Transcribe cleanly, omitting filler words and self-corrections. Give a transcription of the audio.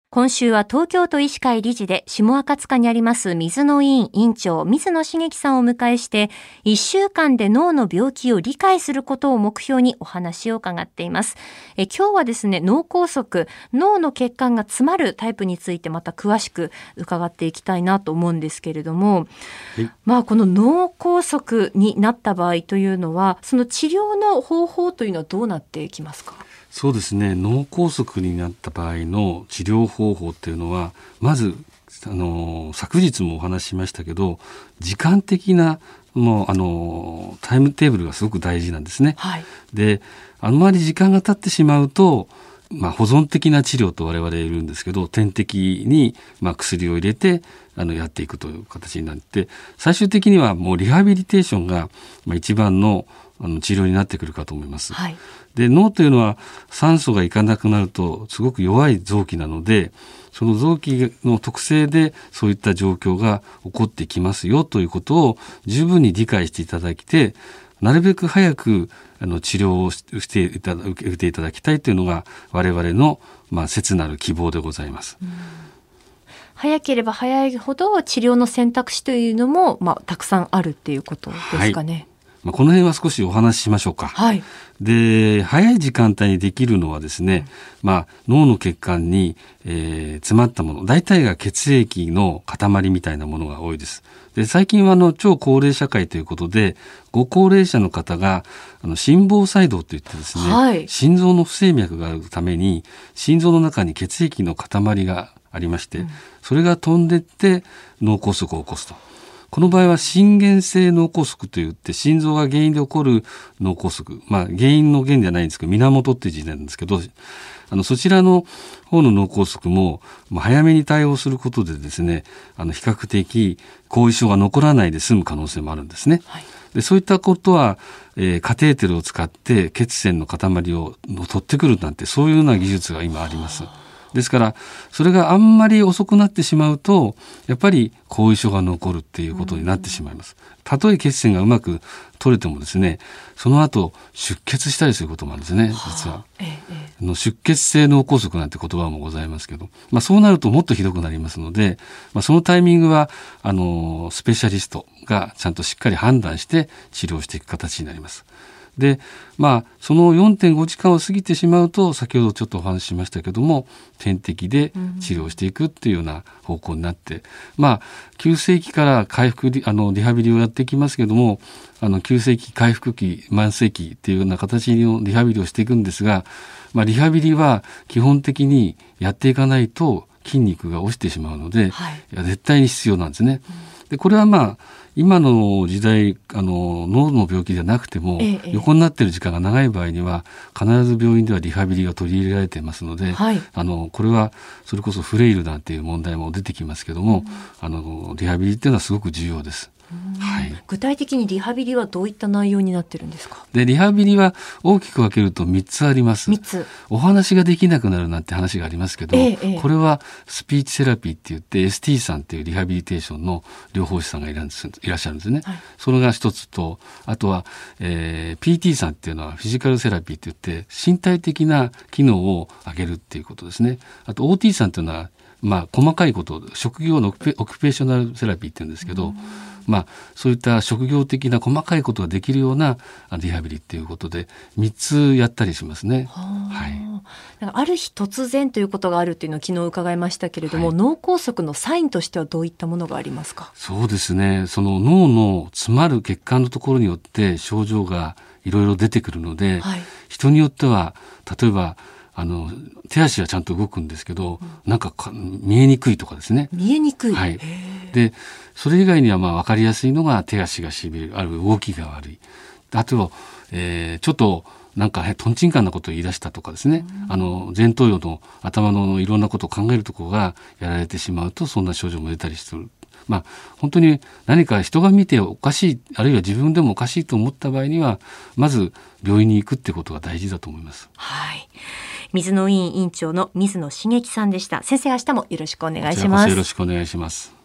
今週は東京都医師会理事で下赤塚にあります水野医院院長水野茂樹さんをお迎えして1週間で脳の病気を理解することを目標にお話を伺っています。今日はですね、脳梗塞、脳の血管が詰まるタイプについてまた詳しく伺っていきたいなと思うんですけれども、この脳梗塞になった場合というのはその治療の方法というのはどうなっていきますか？ そうですね、脳梗塞になった場合の治療方法っていうのはまず昨日もお話ししましたけど時間的なタイムテーブルがすごく大事なんですね、であまり時間が経ってしまうと、保存的な治療と我々言うんですけど点滴に薬を入れてやっていくという形になって最終的にはもうリハビリテーションが一番の治療になってくるかと思います、で脳というのは酸素がいかなくなるとすごく弱い臓器なのでその臓器の特性でそういった状況が起こってきますよということを十分に理解していただきてなるべく早く治療を受けていただきたいというのが我々の切なる希望でございます。 早ければ早いほど治療の選択肢というのも、たくさんあるっていうことですかね。 この辺は少しお話ししましょうか。で早い時間帯にできるのはですね、脳の血管に、詰まったもの大体が血液の塊みたいなものが多いです。で最近は超高齢社会ということでご高齢者の方が心房細動といってですね、心臓の不整脈があるために心臓の中に血液の塊がありまして、それが飛んでって脳梗塞を起こすと。この場合は心原性脳梗塞といって心臓が原因で起こる脳梗塞、原因の原因ではないんですけど源っていう字なんですけどそちらの方の脳梗塞も早めに対応することでですね比較的後遺症が残らないで済む可能性もあるんですね、でそういったことは、カテーテルを使って血栓の塊を取ってくるなんてそういうような技術が今あります。ですからそれがあんまり遅くなってしまうとやっぱり後遺症が残るっていうことになってしまいます。たとえ血栓がうまく取れてもですねその後出血したりすることもあるんですね。実は、出血性脳梗塞なんて言葉もございますけど、そうなるともっとひどくなりますので、そのタイミングはスペシャリストがちゃんとしっかり判断して治療していく形になります。でその 4.5 時間を過ぎてしまうと先ほどちょっとお話ししましたけども点滴で治療していくっていうような方向になって、急性期から回復リハビリをやっていきますけども急性期回復期慢性期っていうような形のリハビリをしていくんですが、リハビリは基本的にやっていかないと筋肉が落ちてしまうので、絶対に必要なんですね。でこれは今の時代脳の病気じゃなくても、横になっている時間が長い場合には必ず病院ではリハビリが取り入れられていますので、これはそれこそフレイルなんていう問題も出てきますけども、リハビリっていうのはすごく重要です。 具体的にリハビリはどういった内容になってるんですか？ でリハビリは大きく分けると3つあります。お話ができなくなるなんて話がありますけど、これはスピーチセラピーって言って ST さんっていうリハビリテーションの療法士さんがいらっしゃるんですね、それが一つとあとは、PT さんっていうのはフィジカルセラピーって言って身体的な機能を上げるっていうことですね。あと OT さんっていうのは細かいこと職業のオキュペーショナルセラピーって言うんですけど、そういった職業的な細かいことができるようなリハビリっていうことで3つやったりしますね。 ある日突然ということがあるっていうのを昨日伺いましたけれども、脳梗塞のサインとしてはどういったものがありますか？そうですね、 その脳の詰まる血管のところによって症状がいろいろ出てくるので、人によっては例えば手足はちゃんと動くんですけど、見えにくいとかですね。 見えにくい。 でそれ以外には分かりやすいのが手足がしびれる、あるいは動きが悪い、あと、ちょっととんちんかんなことを言い出したとかですね、前頭葉の頭のいろんなことを考えるところがやられてしまうとそんな症状も出たりする。本当に何か人が見ておかしい、あるいは自分でもおかしいと思った場合にはまず病院に行くってことが大事だと思います。 水野医院院長の水野茂樹さんでした。先生、明日もよろしくお願いします。 よろしくお願いします。